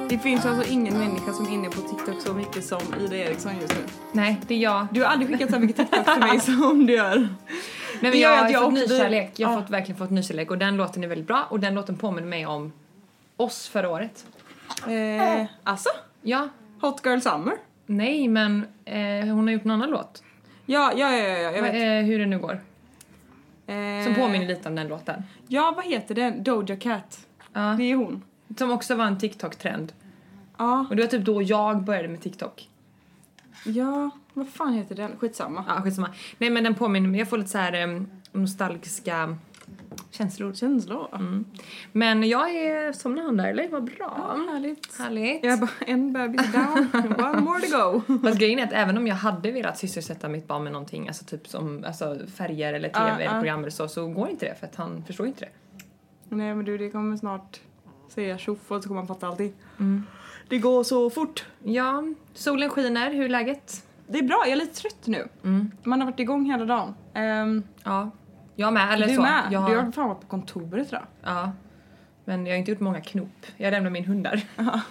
Det finns alltså ingen människa som är inne på TikTok så mycket som Ida Eriksson just nu. Nej, det är jag. Du har aldrig skickat så mycket TikTok till mig som du gör. Nej, men Det jag gör har att jag fått också nykärlek. Jag har Ja. verkligen fått nykärlek. Och den låten är väldigt bra. Och den låten påminner mig om oss förra året. Alltså? Ja. Hot Girl Summer? Nej, men hon har gjort en annan låt. Ja, jag vet. Hur det nu går. Som påminner lite om den låten. Ja, vad heter den? Doja Cat. Ja. Det är hon. Som också var en TikTok-trend. Ja. Och det var typ då jag började med TikTok. Ja, vad fan heter den? Skitsamma. Ja, skitsamma. Nej, men den påminner mig. Jag får lite så här nostalgiska känslor. Men jag är somnande, eller? Vad bra. Ja, härligt. Härligt. Jag är bara en bebis down. One more to go. Fast grejen är att även om jag hade velat sysselsätta mitt barn med någonting, alltså typ som färger eller tv eller program eller så går inte det för att han förstår inte det. Nej, men du, det kommer snart säga tjoff och så kommer man fatta allting. Det går så fort. Ja, solen skiner. Hur är läget? Det är bra, jag är lite trött nu. Man har varit igång hela dagen. Ja, jag med. Eller Du så. med? Jag Du har fan varit på kontoret, tror jag. Ja, men jag har inte gjort många knop. Jag lämnar min hund där.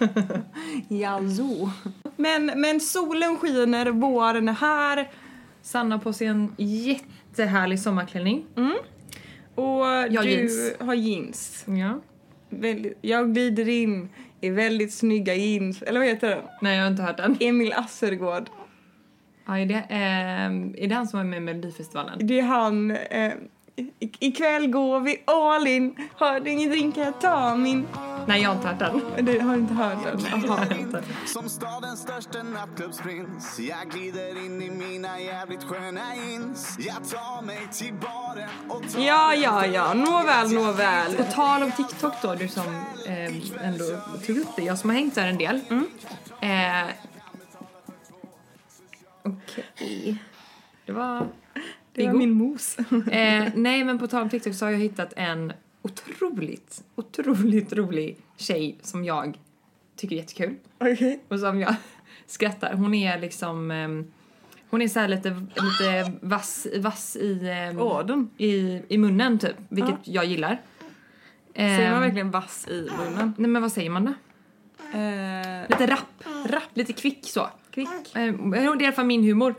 Jazo. Men solen skiner, våren är här. Sanna på sig en jättehärlig sommarklänning. Och Jag du jeans. har jeans. Ja. Jag glider in i väldigt snygga jeans. Eller vad heter den? Nej, jag har inte hört den. Emil Assergård. Ja, är det han som var med i Melodifestivalen? Det är han. Ikväll går vi all in. Har du ingen drink att ta min? Nej, jag har inte hört den. Du har inte hört den? Aha. Som stadens största nattklubbsprins. Jag glider in i mina jävligt sköna jeans. Jag tar mig till baren och tar Ja. Nåväl. På tal om TikTok då, du som ändå tog upp det. Jag som har hängt där en del. Okej. Det var min mos. nej, men på tal om TikTok så har jag hittat en otroligt rolig tjej som jag tycker är jättekul. Okej. Och som jag skrattar. Hon är liksom hon är så här lite vass i munnen typ, vilket jag gillar. Säger man verkligen vass i munnen? Nej, men vad säger man då? Lite rapp, lite kvick så. Kvick. Det är i alla fall min humor.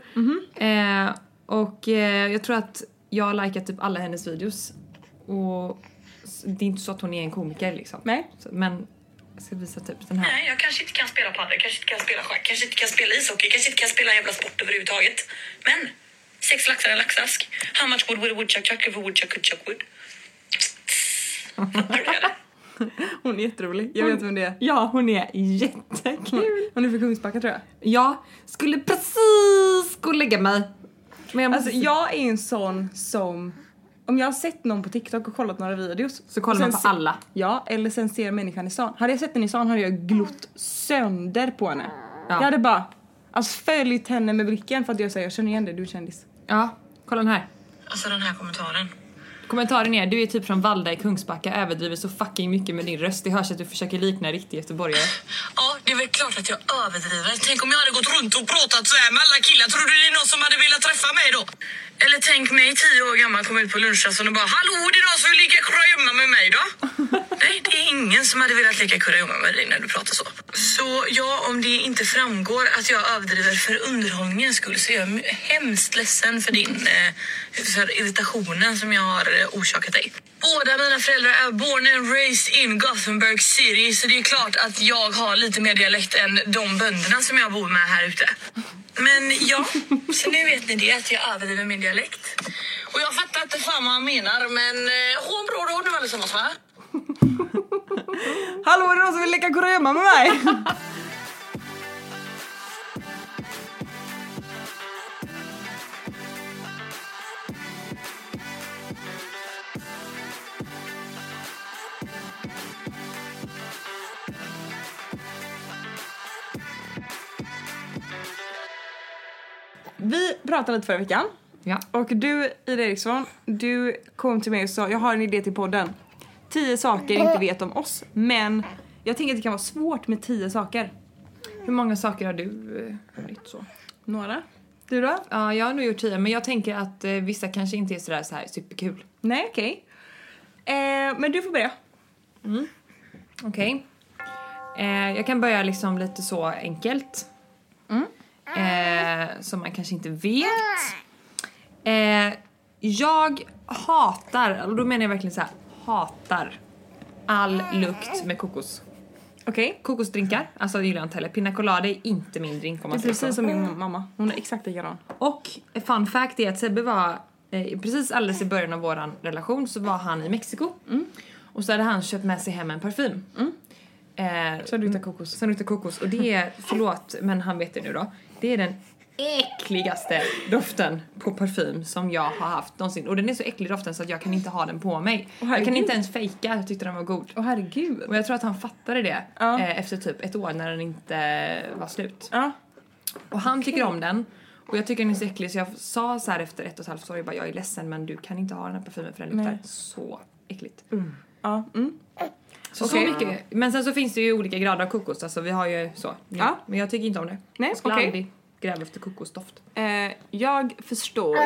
Och jag tror att jag har likat typ alla hennes videos. Och det är inte så att hon är en komiker liksom. Nej. Så, men jag ska visa typ den här. Nej, jag kanske inte kan spela padel, kanske inte kan spela schack, kanske inte kan spela ishockey, kanske inte kan spela jävla sport överhuvudtaget. Men 6 laxar en laxask. How much wood would a woodchuck chuck if a woodchuck could chuck wood? Fattar du det? Hon är jätterolig. Jag vet vem det är. Ja, hon är jättekul. Hon är för Kungsbacka, tror jag. Jag skulle precis gå och lägga mig. Men jag Alltså, jag är en sån som... Om jag har sett någon på TikTok och kollat några videos... Så kollar man på alla. Ja, eller sen ser människan i stan. Hade jag sett den i stan hade jag glott sönder på henne. Ja. Jag hade bara... Alltså följt henne med blicken för att jag säger jag känner igen dig, du är kändis. Ja, kolla den här. Alltså den här kommentaren. Kommentaren är, du är typ från Valda i Kungsbacka, överdriver så fucking mycket med din röst. Det hörs att du försöker likna riktig göteborgare. Ja, det är väl klart att jag överdriver. Tänk om jag hade gått runt och pratat så här med alla killar. Tror du det är någon som hade velat träffa mig då? Eller tänk mig 10 år gammal komma ut på lunchrasten och bara hallå, det är någon som vill leka kurragömma med mig då? Nej, det är ingen som hade velat leka kurragömma med dig när du pratar så. Så ja, om det inte framgår att jag överdriver för underhållningens skull så är jag hemskt ledsen för din för irritationen som jag har orsakat dig. Båda mina föräldrar är born and raised in Gothenburg City, så det är klart att jag har lite mer dialekt än de bönderna som jag bor med här ute. Men ja, så nu vet ni det, att jag överdriver min dialekt. Och jag fattar inte fan vad han menar, men ha en bra dag nu allesammans, va? Hallå, är det någon som vill leka kurragömma med mig? Vi pratade lite förra veckan. Ja. Och du, Ida Eriksson, du kom till mig och sa, jag har en idé till podden. 10 saker jag inte vet om oss, men jag tänker att det kan vara svårt med 10 saker. Hur många saker har du hunnit så? Några? Du då? Ja, jag har nog gjort 10, men jag tänker att vissa kanske inte är så här superkul. Nej, okej. Men du får börja. Okej. Jag kan börja liksom lite så enkelt. Som man kanske inte vet. Jag hatar, och då menar jag verkligen så här, hatar all lukt med kokos. Okej. Kokosdrinkar, alltså gillar jag inte heller. Pina colada är inte min drink om Det man är säger precis så. som min mamma. Hon är exakt likadan. Och fun fact är att Sebbe var precis alldeles i början av våran relation så var han i Mexiko. Och så hade han köpt med sig hem en parfym. Så luktar kokos. Som luktar kokos. Och det är, förlåt, men han vet det nu då. Det är den äckligaste doften på parfym som jag har haft någonsin. Och den är så äcklig doften så att jag kan inte ha den på mig. Jag kan herregud. inte ens fejka, jag tyckte den var god. Åh herregud. Och jag tror att han fattade det Ja. efter typ ett år när den inte var slut. Ja. Och han tycker om den. Och jag tycker den är så äcklig så jag sa så här efter 1,5 år, jag är ledsen men du kan inte ha den här parfymen för den luktar Nej. så äckligt. Ja. Så Okej. mycket. Men sen så finns det ju olika grader av kokos, alltså vi har ju så. Ja. Men jag tycker inte om det. Nej, Jag skulle okej. aldrig gräva efter kokosdoft. Jag förstår.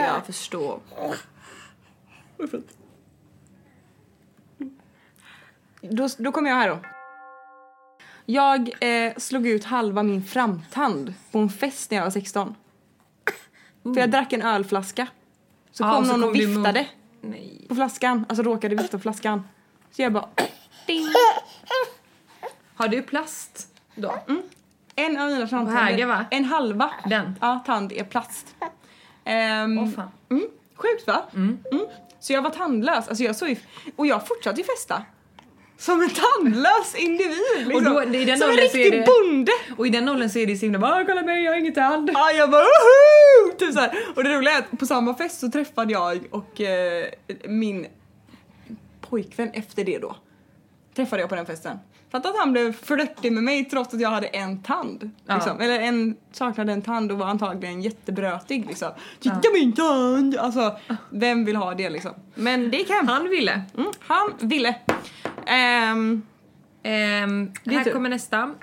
Då kommer jag här då. Jag slog ut halva min framtand på en fest när jag var 16. För jag drack en ölflaska. Så Ja, kom så någon kom och du viftade Nej. på flaskan. Alltså råkade vifta på flaskan. Så jag bara... Ding. Har du plast då? En av mina På framtänder. höger, va? En halva. Den? Ja, tand är plast. Åh fan. Sjukt va? Så jag var tandlös. Alltså jag såg och jag fortsatte ju festa. Som en tandlös individ liksom. Och då, i den som en åldern så är riktig det- bonde. Och i den åldern så är det så himla bara, kolla mig, jag har inget tand. Ja, jag bara woho! Typ så här. Och det roliga är att på samma fest så träffade jag och min pojkvän efter det då. Träffade jag på den festen. Fatta att han blev flörtig med mig trots att jag hade en tand. Ja. Liksom. Eller saknade en tand och var antagligen jättebrötig liksom. Titta min tand! Alltså, vem vill ha det liksom? Men det kan Han ville. han ville. Här typ. kommer nästa.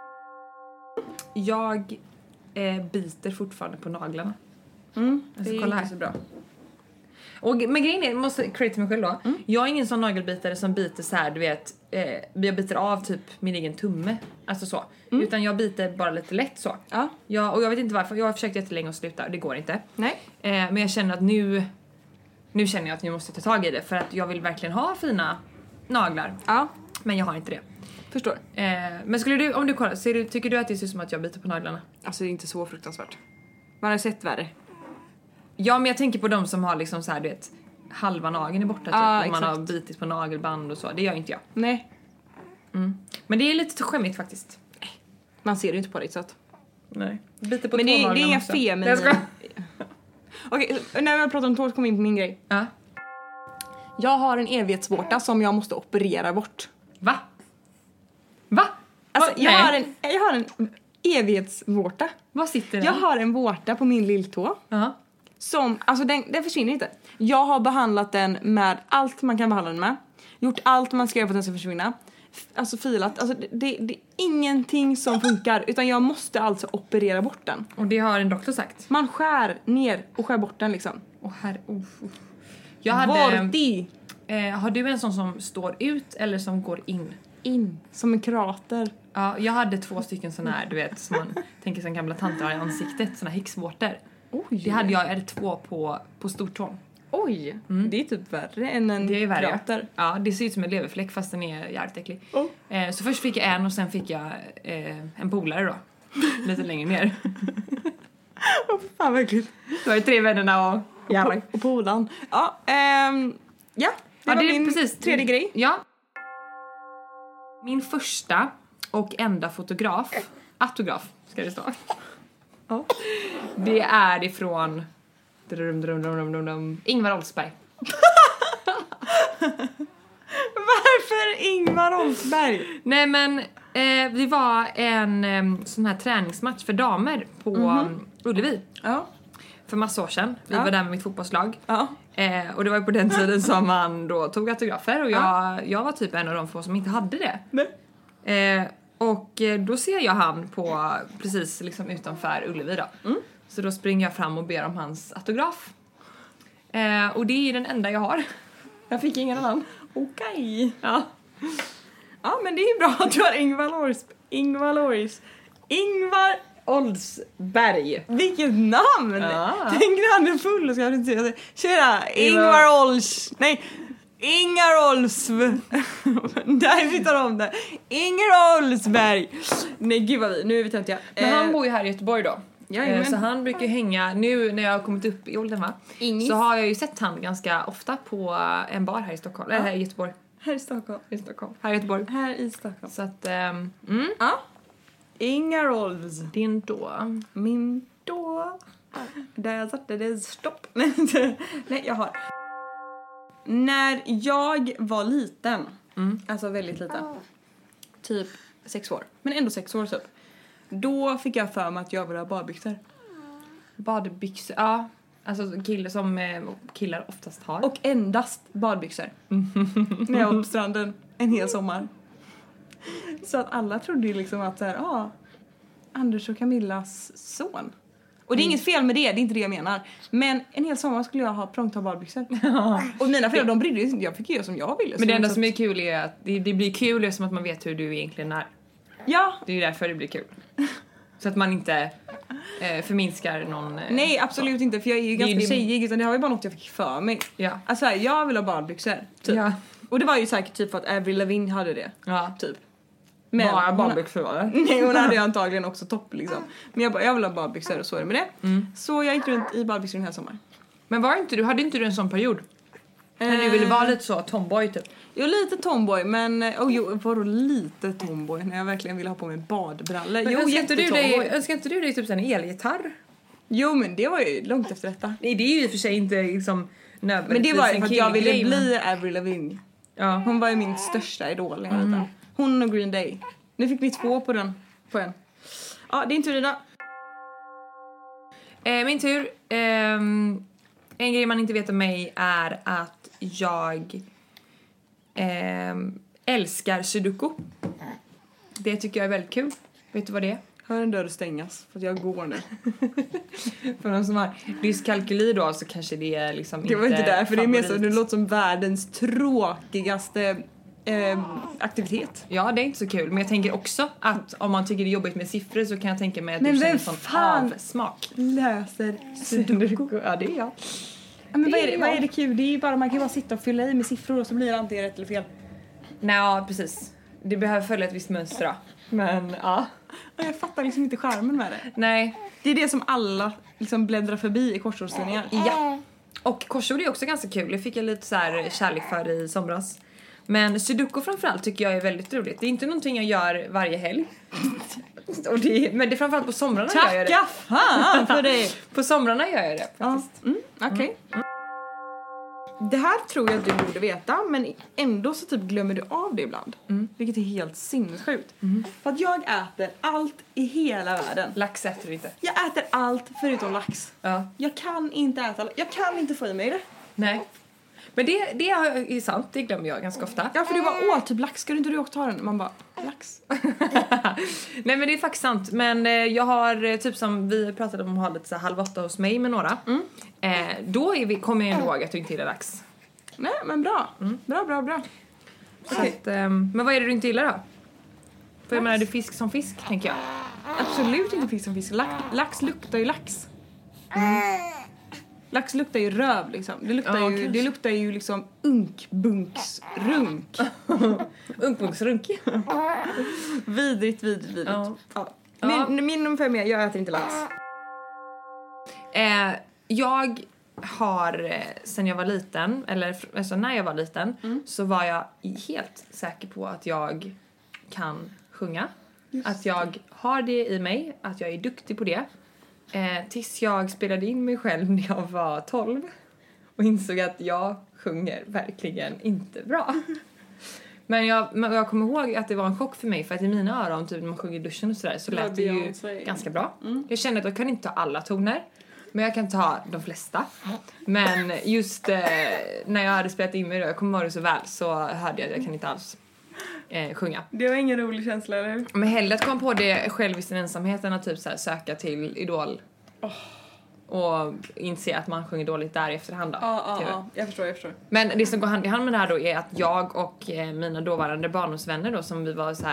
Jag biter fortfarande på naglarna. Alltså, kolla här. så bra. Men grejen är, jag måste credita mig själv då. Jag är ingen sån nagelbitare som biter så här, du vet, jag biter av typ min egen tumme. Alltså så. Utan jag biter bara lite lätt så. Ja. Och jag vet inte varför, jag har försökt jättelänge att sluta och det går inte. Nej. Men jag känner att nu känner jag att jag måste ta tag i det för att jag vill verkligen ha fina naglar. Ja, Men jag har inte det. förstår. Men skulle du, om du kollar, tycker du att det ser ut som att jag biter på naglarna? Alltså det är inte så fruktansvärt. Man har sett värre. Ja, men jag tänker på de som har liksom så här, du vet, halva nageln är borta typ. Ja, och man har exakt. bitit på nagelband och så. Det gör inte jag. Nej. Men det är lite skämmigt faktiskt. Man ser det inte på dig så att... Nej. Biter på Men det är tånaglarna inga också. feminin... Jag ska... Okej, när jag pratar om tår kom jag in på min grej. Ja. Jag har en evighetsvårta som jag måste operera bort. Va? Va? Alltså, Nej. jag har en evighetsvårta. Vad sitter den? Jag har en vårta på min lilltå. Ja. Som, alltså den försvinner inte. Jag har behandlat den med allt man kan behandla den med. Gjort allt man ska göra för att den ska försvinna. Alltså filat. Alltså det är ingenting som funkar. Utan jag måste alltså operera bort den. Och det har en doktor sagt. Man skär ner och skär bort den liksom. Åh herre... Jag hade... Vorti. Har du en sån som står ut eller som går in? In. Som en krater. Ja, jag hade 2 stycken såna här, du vet, som man tänker som gamla tanter har i ansiktet. Såna häxvårtor. Oj. Det hade jag, är 2 på stortån. Oj. Det är typ värre än en Det är värre. krater. Ja, det ser ut som en leverfläck fast den är jävligt äcklig. Oh. Så först fick jag en och sen fick jag en polare då. Lite längre ner. Fan verkligen. Det var ju 3 vännerna och jävlar. Och polan. Ja, ja. Det var min precis. tredje grej. Ja. Min första och enda autograf ska det stå. Ja. Det är ifrån Ingvar Oldsberg. Varför Ingvar Oldsberg? Nej men det var en sån här träningsmatch för damer på Ullevi Ja. för massa år sedan. Vi Ja. var där med mitt fotbollslag. Ja. Och det var ju på den tiden som man då tog autografer och jag var typ en av de få som inte hade det. Nej. Och då ser jag han på precis liksom utanför Ullevi då. Så då springer jag fram och ber om hans autograf. Och det är den enda jag har. Jag fick ingen annan. Okej. Ja. Ja, men det är bra att du har Ingvar Ingvar Loris. Ingvar Oldsberg. Vilket namn! Ja. Tänk när han är full och ska presentera sig. Tjena, Ingvar Ols... Nej, Ingar Olsv. Där vi tar om det. Inger Olsberg. Nej, gud vad nu är vi töntiga. Men han bor ju här i Göteborg då. Jajamän. Så han brukar hänga, nu när jag har kommit upp i åldern va? Ingis. Så har jag ju sett han ganska ofta på en bar här i Stockholm. Eller här i Göteborg. Här i Stockholm. Här i Göteborg. Här i Stockholm. Så att, Ja. Ingar Ols. din då. Min då. Där jag satte det stopp. Nej, jag har. När jag var liten, alltså väldigt liten, typ 6 år, men ändå 6 år typ, då fick jag för mig att jag ville ha badbyxor. Badbyxor, ja. Alltså killar som killar oftast har. Och endast badbyxor. När jag var på stranden en hel sommar. Så att alla trodde ju liksom att så här, Anders och Camillas son. Och det är inget fel med det är inte det jag menar. Men en hel sommar skulle jag ha prångta badbyxor. Och mina föräldrar, de brydde sig inte. Jag fick göra som jag ville. Men det enda som är kul är att det blir kul som att man vet hur du egentligen är. Ja. Det är ju därför det blir kul. Så att man inte förminskar någon... Nej, absolut inte. För jag är ju ganska tjejig. Utan det var ju bara något jag fick för mig. Ja. Alltså jag vill ha badbyxor. Typ. Ja. Och det var ju säkert typ för att Avril Lavigne hade det. Ja. Typ. Men bara hon- badbyxor var det. Nej, hon hade ju antagligen också topp liksom. Men jag vill ha badbyxor och så är det med det. Så jag gick runt i badbyxor den här sommaren. Men hade inte du en sån period? När du ville vara lite så tomboy typ? Jag är lite tomboy, men... vadå lite tomboy? När jag verkligen ville ha på mig badbrallor. Men Jo, jättetomboy. önskar inte du dig typ en elgitarr? Jo, men det var ju långt efter detta. Nej, det är ju i och för sig inte liksom Men nödvändigtvis det var ju en för att jag ville killgrej, men- bli Avril Lavigne. Ja. Hon var ju min största idol när jag var liten. Hon och Green Day. Nu fick vi 2 på den. På en. Ja, det är inte Ida. Min tur. En grej man inte vet om mig är att jag älskar sudoku. Det tycker jag är väldigt kul. Vet du vad det är? Hör en dörr stängas, för att jag går nu. För de som har dyskalkyli då så kanske det är liksom Det var inte därför, det är mer så favorit. det låter som världens tråkigaste aktivitet. Ja, det är inte så kul. Men jag tänker också att om man tycker det är jobbigt med siffror så kan jag tänka mig att Men du känner vem sån fan avsmak. läser sudoku? Ja, det är jag. Ja, men Det är vad jag. är det kul? Det är ju bara, man kan ju bara sitta och fylla i med siffror och så blir det antingen rätt eller fel. Nej, ja, precis. Det behöver följa ett visst mönster då. Men, ja. Och jag fattar liksom inte charmen med det. Nej. Det är det som alla liksom bläddrar förbi i korsordstidningar. Ja. Och korsord är också ganska kul. Det fick jag lite så här kärlek för i somras. Men sudoku framförallt tycker jag är väldigt roligt. Det är inte någonting jag gör varje helg. Och men det är framförallt på somrarna jag gör det. Tacka fan för det! På somrarna gör jag det faktiskt. Okej. Det här tror jag att du borde veta, men ändå så typ glömmer du av det ibland. Vilket är helt sinnessjukt. För att jag äter allt i hela världen. Lax äter du inte. Jag äter allt förutom lax. Ja. Jag kan inte äta, jag kan inte få i mig det. Nej. Men det är sant, det glömmer jag ganska ofta. Ja, för du bara, typ lax, ska du inte också ta den? Man bara, lax. Nej, men det är faktiskt sant. Men jag har, typ som vi pratade om att ha lite så här 7:30 hos mig med några. Då kommer jag ihåg att du inte gillar lax. Nej, men bra. Bra. Så att, men vad är det du inte gillar då? För jag menar, det är fisk som fisk, tänker jag. Absolut inte fisk som fisk. Lax luktar ju lax. Lax luktar ju röv liksom. Det luktar ju liksom unkbunksrunk. Unkbunksrunk. Vidrigt. Ja. Ja. Min ungefär med, jag äter inte lax. Jag har sen jag var liten, eller alltså när jag var liten, så var jag helt säker på att jag kan sjunga. Att jag har det i mig, att jag är duktig på det. Tills jag spelade in mig själv när jag var 12 och insåg att jag sjunger verkligen inte bra. Men jag kommer ihåg att det var en chock för mig, för att i mina öron, typ när man sjunger i duschen och sådär, så lät det ju ganska bra. Jag kände att jag kan inte ta alla toner, men jag kan ta de flesta. Men just när jag hade spelat in mig då, jag kommer ihåg det så väl, så hörde jag att jag kan inte alls sjunga. Det var ingen rolig känsla, eller hur? Men hellre att komma på det själv i sin ensamhet än att typ så här söka till Idol. Och inse att man sjunger dåligt där i efterhand då. Ja, jag förstår. Men det som går hand i hand med det här då är att jag och mina dåvarande barndomsvänner då, som vi var så här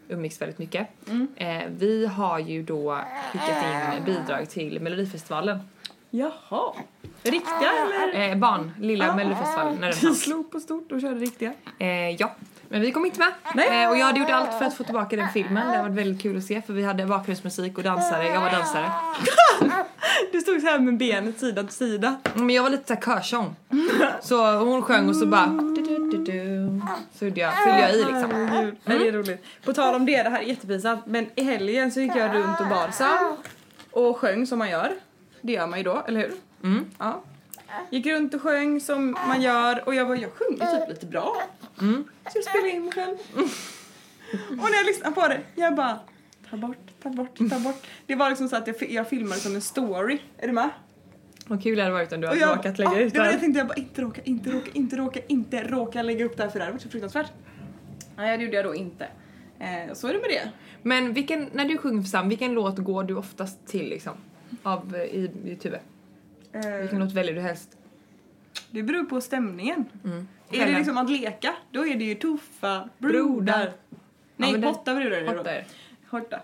umgicks väldigt mycket. Vi har ju då skickat in bidrag till Melodifestivalen. Jaha. Riktiga eller? Lilla Melodifestivalen när den Vi fanns. slog på stort och körde riktiga. Ja, men vi kom inte med. Nej. Och jag hade gjort allt för att få tillbaka den filmen. Det har varit väldigt kul att se, för vi hade bakgrundsmusik och dansare. Jag var dansare. Du stod så här med benet sida till sida. Men jag var lite så här körsång. Så hon sjöng och så bara du. Så fyllde jag i liksom. Herregud, det är roligt. På tal om det här är jättepinsamt. Men i helgen så gick jag runt och barsam och sjöng som man gör. Det gör man ju då, eller hur? Ja. Gick runt och sjöng som man gör. Och jag sjunger typ lite bra. Så jag spelade in mig själv. Och när jag lyssnade på det, jag bara ta bort. Det var liksom så att jag filmade som en story. Är du med? Vad kul det hade varit om du hade råkat lägga ut det. det. Jag tänkte jag bara inte råka lägga upp det här, för det här var så fruktansvärt. Nej, det gjorde jag då inte. Så är det med det. Men när du sjunger för vilken låt går du oftast till liksom? I YouTube? Vilken låt väljer du helst? Det beror på stämningen. Är det liksom att leka, då är det ju tuffa Brodar. Nej, hotta brudar är det. Hotta.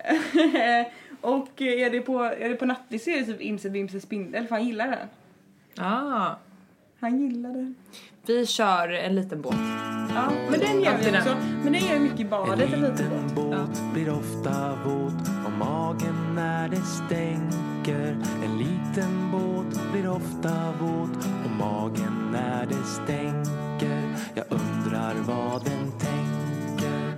Och är det på nattis så är det typ Imse Bimse Spindel, för han gillar den. Han gillar den. Vi kör En liten båt. Ja, men den gör vi också. Men den gör ju mycket i badet. En liten båt blir ofta våt om magen när det stänker. En liten båt blir ofta våt om magen när det stänker. Jag undrar vad den tänker.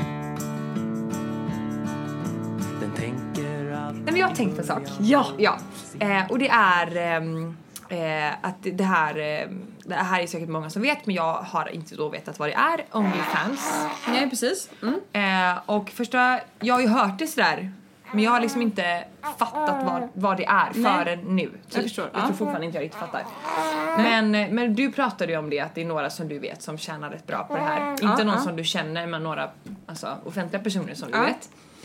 Den tänker att... Nej, men jag har tänkt på en sak. Ja. Och det är att det här är säkert många som vet, men jag har inte då vetat vad det är. OnlyFans. Nej, precis. Och jag har ju hört det sådär, men jag har liksom inte fattat vad det är förrän nu. Typ. Jag förstår. Jag tror fortfarande inte jag riktigt fattar. Men du pratade ju om det, att det är några som du vet som tjänar rätt bra på det här. Inte någon som du känner, men några offentliga personer som du vet.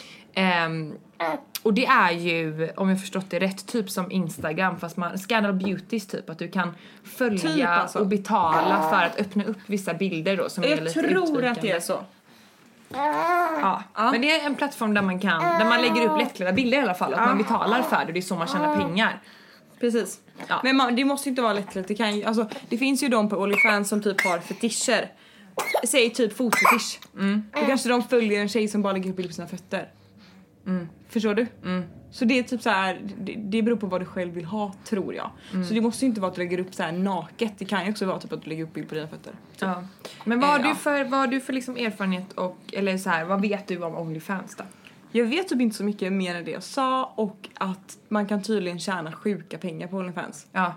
Och det är ju, om jag förstått det rätt, typ som Instagram, fast Scandal Beauties typ, att du kan följa och betala för att öppna upp vissa bilder då som är lite utvikande. Jag tror att det är så. Ja. Men det är en plattform där man lägger upp lättklädda bilder i alla fall, att man betalar för det, det är så man tjänar pengar. Precis. Ja. Men det måste ju inte vara lättklätt. Det finns ju de på OnlyFans som typ har fetischer. Säg typ fotfetisch. Då kanske de följer en tjej som bara lägger upp bilder på sina fötter. Förstår du? Så det är typ så här, det beror på vad du själv vill ha, tror jag. Så det måste ju inte vara att du lägger upp så här naket. Det kan ju också vara typ att du lägger upp bild på dina fötter. Ja. Men vad har du för liksom erfarenhet eller så här, vad vet du om OnlyFans då? Jag vet typ inte så mycket mer än det jag sa, och att man kan tydligen tjäna sjuka pengar på OnlyFans. Ja.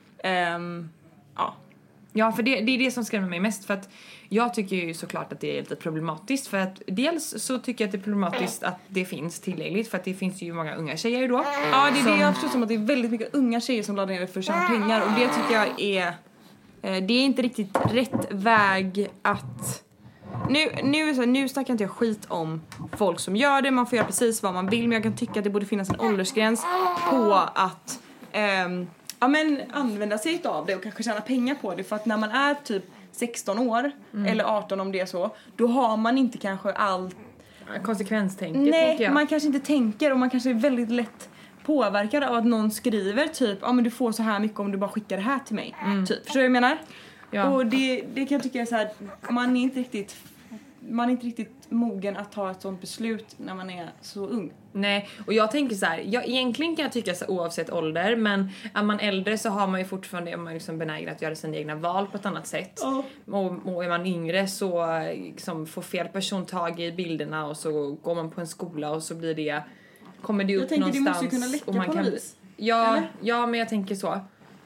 Ja, för det är det som skrämmer mig mest, för att jag tycker ju såklart att det är lite problematiskt, för att dels så tycker jag att det är problematiskt att det finns tillgängligt, för att det finns ju många unga tjejer då. Ja, det är det jag förstår som, att det är väldigt mycket unga tjejer som laddar ner det för att tjäna pengar, och det tycker jag är det är inte riktigt rätt väg att... Nu snackar inte jag skit om folk som gör det, man får göra precis vad man vill, men jag kan tycka att det borde finnas en åldersgräns på att använda sig av det och kanske tjäna pengar på det, för att när man är typ 16 år eller 18 om det är så, då har man inte kanske allt konsekvenstänket. Nej, man kanske inte tänker, och man kanske är väldigt lätt påverkad av att någon skriver typ, men du får så här mycket om du bara skickar det här till mig. Typ, förstår du vad jag menar? Ja. Och det kan jag tycka är så här, man är inte riktigt mogen att ta ett sånt beslut när man är så ung. Nej, och jag tänker så här, egentligen kan jag tycka så oavsett ålder, men är man äldre så har man ju fortfarande, man liksom benägen att göra sina egna val på ett annat sätt. Och är man yngre så liksom får fel person tag i bilderna, och så går man på en skola och så blir det, kommer det upp någonstans. Jag tänker det måste ju kunna läcka och man på något vis. Ja, men jag tänker så.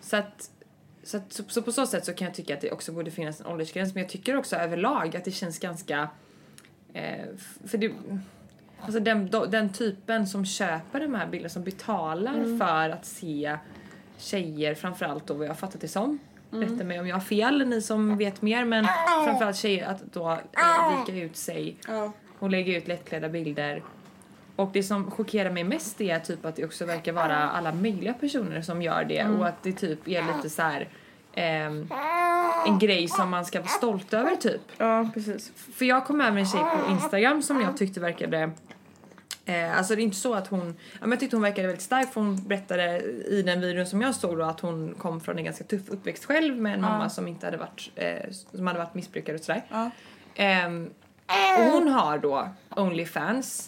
Så på så sätt så kan jag tycka att det också borde finnas en åldersgräns, men jag tycker också överlag att det känns ganska för det, alltså den typen som köper de här bilderna, som betalar för att se tjejer, framförallt då vad jag har fattat det som. Rätta mig om jag har fel, ni som vet mer, men framförallt tjejer att då vika ut sig och lägga ut lättklädda bilder. Och det som chockerar mig mest är typ att det också verkar vara alla möjliga personer som gör det, och att det typ är lite så här en grej som man ska vara stolt över typ. Ja, precis. För jag kom över en tjej på Instagram som jag tyckte verkade alltså det är inte så att hon, ja, men jag tyckte hon verkade väldigt stark, för hon berättade i den videon som jag såg då att hon kom från en ganska tuff uppväxt själv med en mamma som inte hade varit som hade varit missbrukare och sådär. Och hon har då OnlyFans.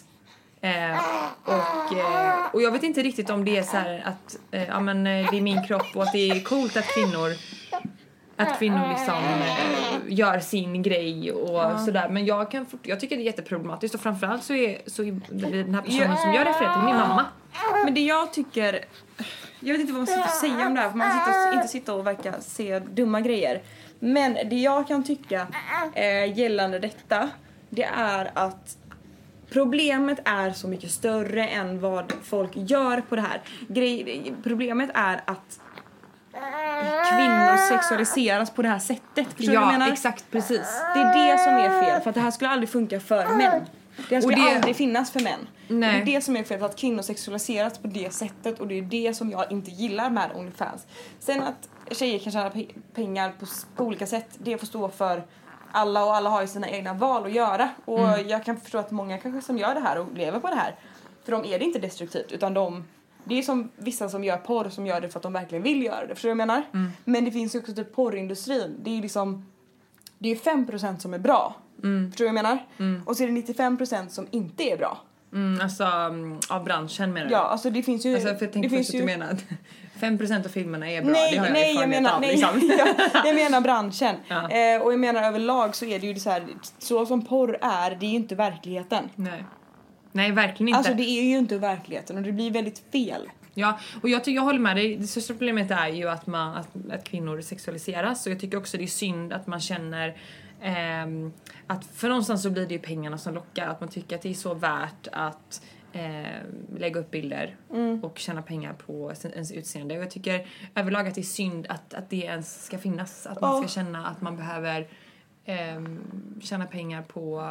Och jag vet inte riktigt om det är så här att ja, men det är min kropp och att det är coolt att kvinnor liksom gör sin grej och sådär, men jag tycker det är jätteproblematiskt, och framförallt så är den här personen som jag refererar till min mamma. Men det jag tycker, jag vet inte vad man sitter och säga om det här, för man inte sitter och verkar se dumma grejer, men det jag kan tycka gällande detta, det är att problemet är så mycket större än vad folk gör på det här. Problemet är att kvinnor sexualiseras på det här sättet. Förstår du vad jag menar? Exakt, precis. Det är det som är fel, för att det här skulle aldrig funka för män. Det här skulle aldrig finnas för män. Nej. Det är det som är fel, för att kvinnor sexualiseras på det sättet, och det är det som jag inte gillar med OnlyFans. Sen att tjejer kan tjäna pengar på olika sätt, det får stå för alla, och alla har ju sina egna val att göra. Och jag kan förstå att många kanske som gör det här och lever på det här, för dem är det inte destruktivt, utan det är som vissa som gör porr som gör det för att de verkligen vill göra det. Förstår du vad jag menar? Men det finns ju också typ porrindustrin. Det är liksom, det är 5% som är bra. Förstår du vad jag menar? Och så är det 95% som inte är bra. Alltså av branschen menar du? Ja, alltså det finns ju... Alltså för jag tänkte först att du menar att 5% av filmerna är bra. Nej, jag menar branschen. Ja. Och jag menar överlag så är det ju så här, så som porr är, det är ju inte verkligheten. Nej, verkligen inte. Alltså det är ju inte verkligheten, och det blir väldigt fel. Ja, och jag håller med dig. Det största problemet är ju att kvinnor sexualiseras. Och jag tycker också det är synd att man känner att för någonstans så blir det ju pengarna som lockar. Att man tycker att det är så värt att lägga upp bilder och tjäna pengar på ens utseende. Och jag tycker överlag att det är synd att det ens ska finnas. Att man ska känna att man behöver tjäna pengar på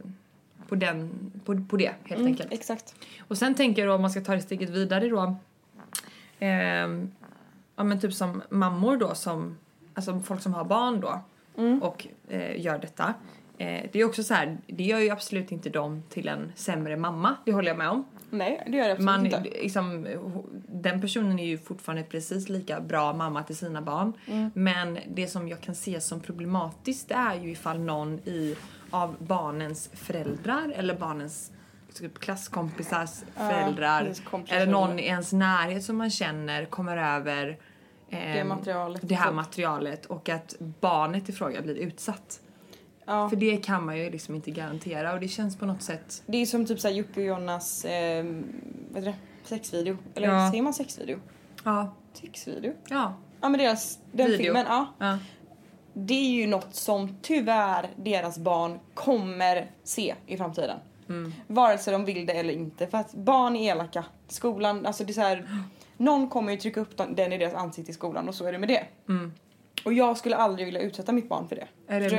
det helt enkelt. Exakt. Och sen tänker jag då, om man ska ta det steget vidare då, ja men typ som mammor då, som alltså folk som har barn då och gör detta. Det är också så här, det gör ju absolut inte dem till en sämre mamma, det håller jag med om. Nej, det gör det absolut inte. Liksom, den personen är ju fortfarande precis lika bra mamma till sina barn. Men det som jag kan se som problematiskt, det är ju ifall någon av barnens föräldrar eller barnens typ klasskompisars föräldrar eller någon i ens närhet som man känner kommer över det här materialet och att barnet i fråga blir utsatt. Ja. För det kan man ju liksom inte garantera, och det känns på något sätt... Det är som typ såhär Jocke och Jonas vad heter det? Sexvideo. Eller säger man sexvideo? Ja. Sexvideo? Ja. Ja, men den video. filmen, ja. Det är ju något som tyvärr deras barn kommer se i framtiden. Vare sig de vill det eller inte. För att barn är elaka. Skolan, alltså det är så här, någon kommer ju trycka upp den i deras ansikte i skolan, och så är det med det. Och jag skulle aldrig vilja utsätta mitt barn för det. Eller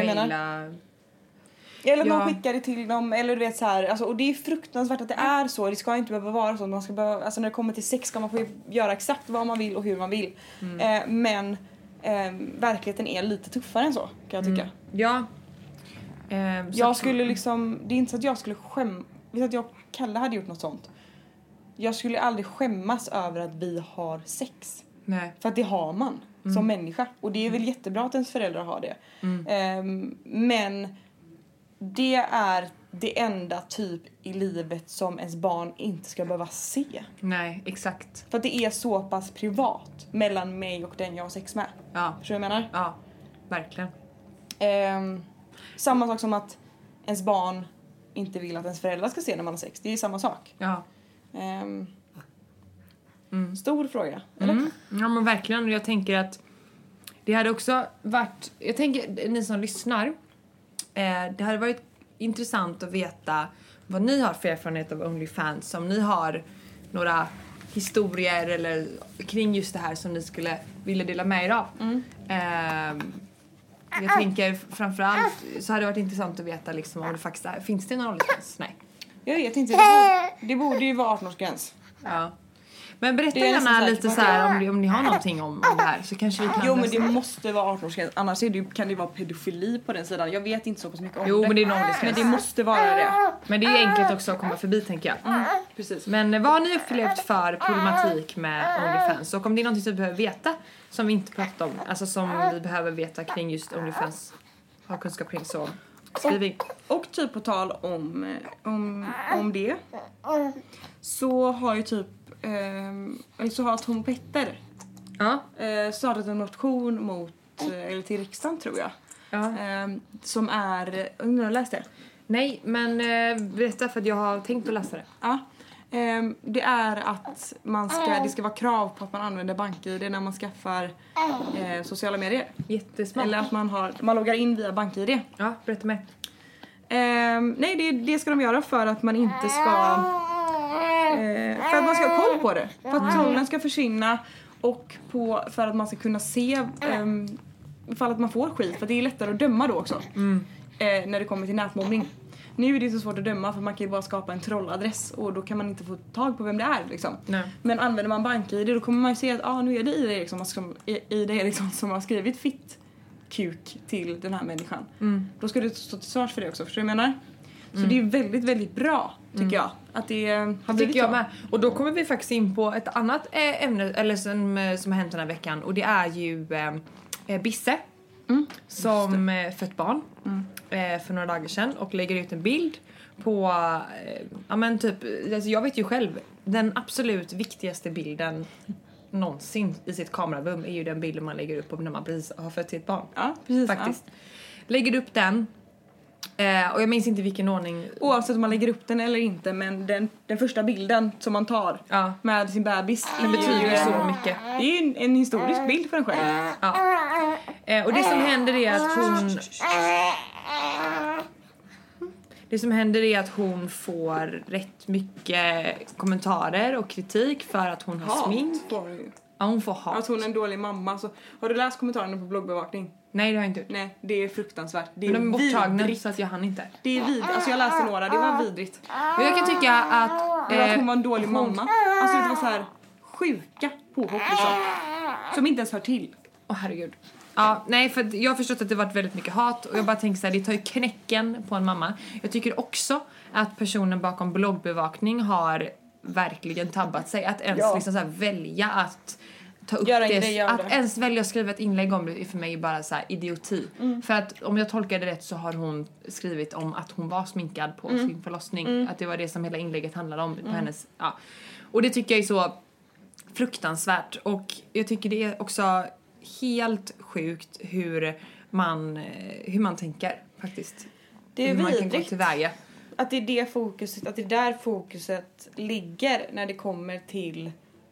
eller någon skickar det till dem, eller du vet så här, alltså, och det är fruktansvärt att det är så. Det ska inte behöva vara så. Man ska behöva, alltså när det kommer till sex ska man få göra exakt vad man vill och hur man vill. Men verkligheten är lite tuffare än så, kan jag tycka. Ja. Jag skulle liksom, det är inte så att jag skulle vet att jag och Kalle hade gjort något sånt. Jag skulle aldrig skämmas över att vi har sex. Nej. För att det har man som människa. Och det är väl jättebra att ens föräldrar har det. Men det är det enda typ i livet som ens barn inte ska behöva se. Nej, exakt. För att det är så pass privat mellan mig och den jag har sex med. Ja. Förstår du vad jag menar? Ja, verkligen. Samma sak som att ens barn inte vill att ens föräldrar ska se när man har sex. Det är samma sak. Ja. Stor fråga, eller? Ja, men verkligen. Och jag tänker att det hade också varit... Jag tänker, ni som lyssnar, det hade varit intressant att veta vad ni har för erfarenhet av OnlyFans. Om ni har några historier eller kring just det här som ni skulle vilja dela med er av. Jag tänker framförallt så hade det varit intressant att veta liksom, om det faktiskt är, finns det någon åldersgräns? Nej. Jag vet inte, det borde ju vara 18-årsgräns. Ja. Men berätta Det är nästan gärna säker lite på så att här om ni har någonting om det här så kanske vi kan Jo men lösa det måste vara 18-årsgräns, annars är det, kan det vara pedofili på den sidan. Jag vet inte så pass mycket om Jo, det. men det är en åldersgräns. Men det måste vara det. Men det är ju enkelt också att komma förbi tänker jag. Precis. Men vad har ni upplevt för problematik med OnlyFans? Och om det är någonting som vi behöver veta som vi inte pratat om, alltså som vi behöver veta kring just OnlyFans, ha kunskap kring, så skriv in. Och typ på tal om det, så har ju typ så har Tom och Petter Ja. startat en motion mot eller till riksdagen tror jag. Ja. Som är, undrar du läst det? Nej, men berätta för att jag har tänkt att läsa det. Ja. Det är att det ska vara krav på att man använder BankID när man skaffar sociala medier. Jättesmart. Eller att man loggar in via BankID. Ja, berätta mer. Nej, det ska de göra för att man inte ska för att man ska ha koll på det. För att trollen ska försvinna och för att man ska kunna se ifall att man får skit. För det är lättare att döma då också. När det kommer till nätmobbning. Nu är det så svårt att döma för man kan ju bara skapa en trolladress och då kan man inte få tag på vem det är liksom. Nej. Men använder man BankID då kommer man ju se att nu är det Ida Eriksson som har skrivit fitt kuk till den här människan. Då ska du stå till svars för det också, förstår du vad jag menar? Så det är väldigt, väldigt bra tycker jag. Att det har blivit Tycker jag så. med. Och då kommer vi faktiskt in på ett annat ämne eller som har hänt den här veckan. Och det är ju Bisse som fött barn för några dagar sedan. Och lägger ut en bild på, ja men typ, alltså jag vet ju själv, den absolut viktigaste bilden någonsin i sitt kamerabum är ju den bilden man lägger upp när man precis har fött sitt barn. Ja, precis. Faktiskt. Lägger upp den. Och jag minns inte vilken ordning. Oavsett om man lägger upp den eller inte, men den första bilden som man tar med sin bebis Den betyder ju så mycket. Det är ju en historisk bild för en själv. Ja. Och det som händer är att hon... Det som händer är att hon får rätt mycket kommentarer och kritik för att hon har smink. Ja, hon får hat. Att hon är en dålig mamma. Så, har du läst kommentarerna på bloggbevakning? Nej, det har jag inte gjort. Nej, det är fruktansvärt. Det är Men de är borttagna vidrigt. så att jag hann inte. Det är vidrigt. Alltså jag läste några, det var vidrigt. Och jag kan tycka att... Att hon var en dålig mamma. Alltså det var så här sjuka påhopp liksom. Som inte ens hör till. Herregud. Ja, nej, för jag har förstått att det varit väldigt mycket hat. Och jag bara tänker så här, det tar ju knäcken på en mamma. Jag tycker också att personen bakom bloggbevakning har verkligen tabbat sig. Att ens liksom så här välja att ta upp det. Att ens välja att skriva ett inlägg om det är för mig bara så här idioti. För att om jag tolkar det rätt så har hon skrivit om att hon var sminkad på sin förlossning. Att det var det som hela inlägget handlade om på hennes, Och det tycker jag är så fruktansvärt. Och jag tycker det är också helt sjukt hur man tänker faktiskt. Det är hur man kan gå vidrigt. tillväga. Att det är det fokuset, att det är där fokuset ligger när det kommer till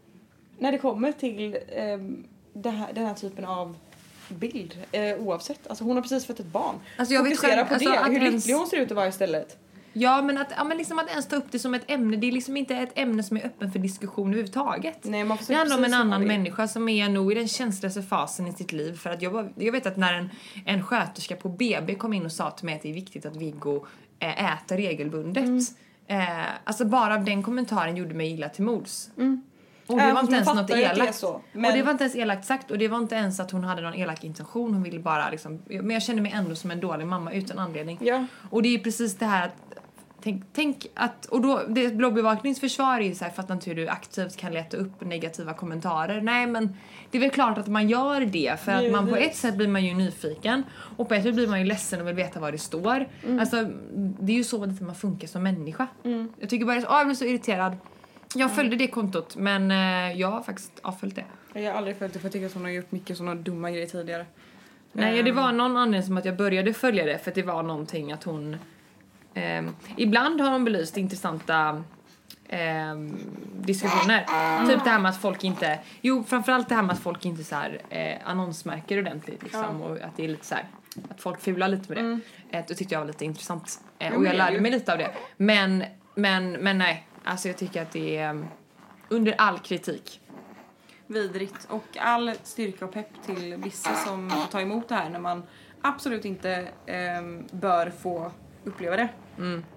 den här typen av bild, oavsett. Alltså hon har precis fått ett barn. Alltså jag vet Fokusera själv, på alltså det, att hur ens- lycklig hon ser ut att vara istället. Ja, men liksom att ens ta upp det som ett ämne. Det är liksom inte ett ämne som är öppen för diskussion överhuvudtaget. Nej, man får det handlar om en precis som man annan vill. människa som är nog i den känsligaste fasen i sitt liv. För att jag vet att när en sköterska på BB kom in och sa till mig att det är viktigt att Viggo äter regelbundet. Alltså bara av den kommentaren gjorde mig illa till mods. Och det var inte ens något elakt. Och det var inte ens elakt sagt. Och det var inte ens att hon hade någon elak intention. Hon ville bara liksom... Men jag kände mig ändå som en dålig mamma utan anledning. Ja. Och det är precis det här att... Tänk att... Och då... Det bloggbevakningsförsvar är ju så här, fattar inte hur du aktivt kan leta upp negativa kommentarer. Nej, men det är väl klart att man gör det. För att man på ett sätt blir man ju nyfiken. Och på ett sätt blir man ju ledsen och vill veta vad det står. Alltså, det är ju så att man funkar som människa. Jag tycker bara jag blir så irriterad. Jag följde det kontot, men jag har faktiskt avföljt det. Jag har aldrig följt det för jag tycker att hon har gjort mycket sådana dumma grejer tidigare. Nej, det var någon anledning som att jag började följa det. För att det var någonting att hon... ibland har hon belyst intressanta diskussioner. Typ det här med att folk inte... Jo, framförallt det här med att folk inte så här, annonsmärker ordentligt. Liksom, och att det är lite så här... Att folk fular lite med det. Det tyckte jag var lite intressant. Och jag lärde mig lite av det. Men nej. Alltså jag tycker att det är under all kritik. Vidrigt. Och all styrka och pepp till vissa som får ta emot det här när man absolut inte bör få uppleva det.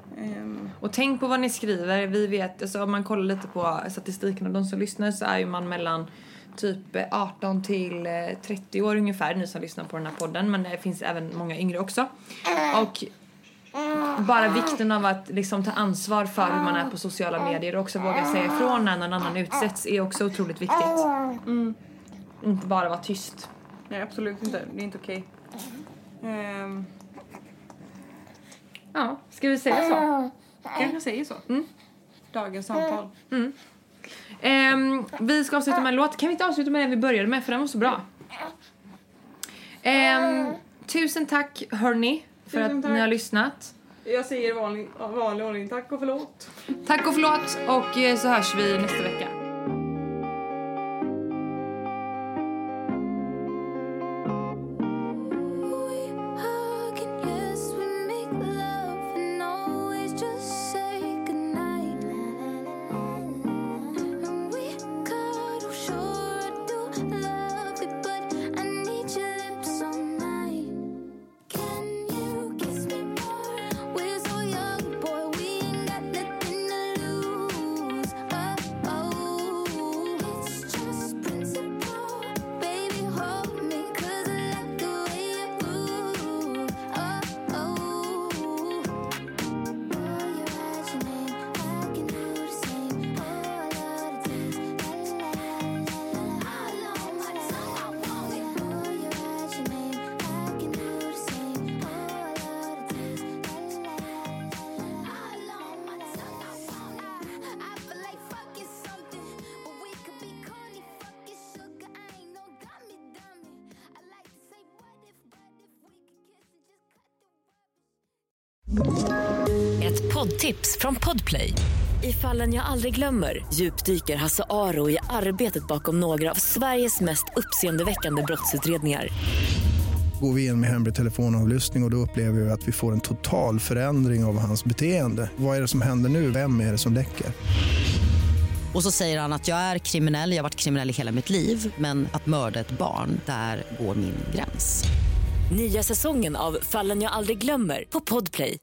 Och tänk på vad ni skriver. Vi vet, alltså, om man kollar lite på statistiken av de som lyssnar, så är ju man mellan typ 18 till 30 år ungefär, ni som lyssnar på den här podden. Men det finns även många yngre också. Och bara vikten av att liksom ta ansvar för hur man är på sociala medier och också våga säga ifrån när någon annan utsätts är också otroligt viktigt. Inte bara vara tyst. Nej, absolut inte. Det är inte okej. Ja, ska vi säga så? Jag säger så. Dagens samtal. Vi ska avsluta med en låt. Kan vi inte avsluta med den vi började med, för den var så bra. Tusen tack hörni för att ni har lyssnat. Jag säger vanlig ordning. Tack och förlåt. Tack och förlåt, och så hörs vi nästa vecka. Ett poddtips från Podplay. I Fallen jag aldrig glömmer djupdyker Hasse Aro i arbetet bakom några av Sveriges mest uppseendeväckande brottsutredningar. Går vi in med hemlig telefonavlyssning och då upplever vi att vi får en total förändring av hans beteende. Vad är det som händer nu? Vem är det som läcker? Och så säger han att jag är kriminell, jag har varit kriminell i hela mitt liv. Men att mörda ett barn, där går min gräns. Nya säsongen av Fallen jag aldrig glömmer på Podplay.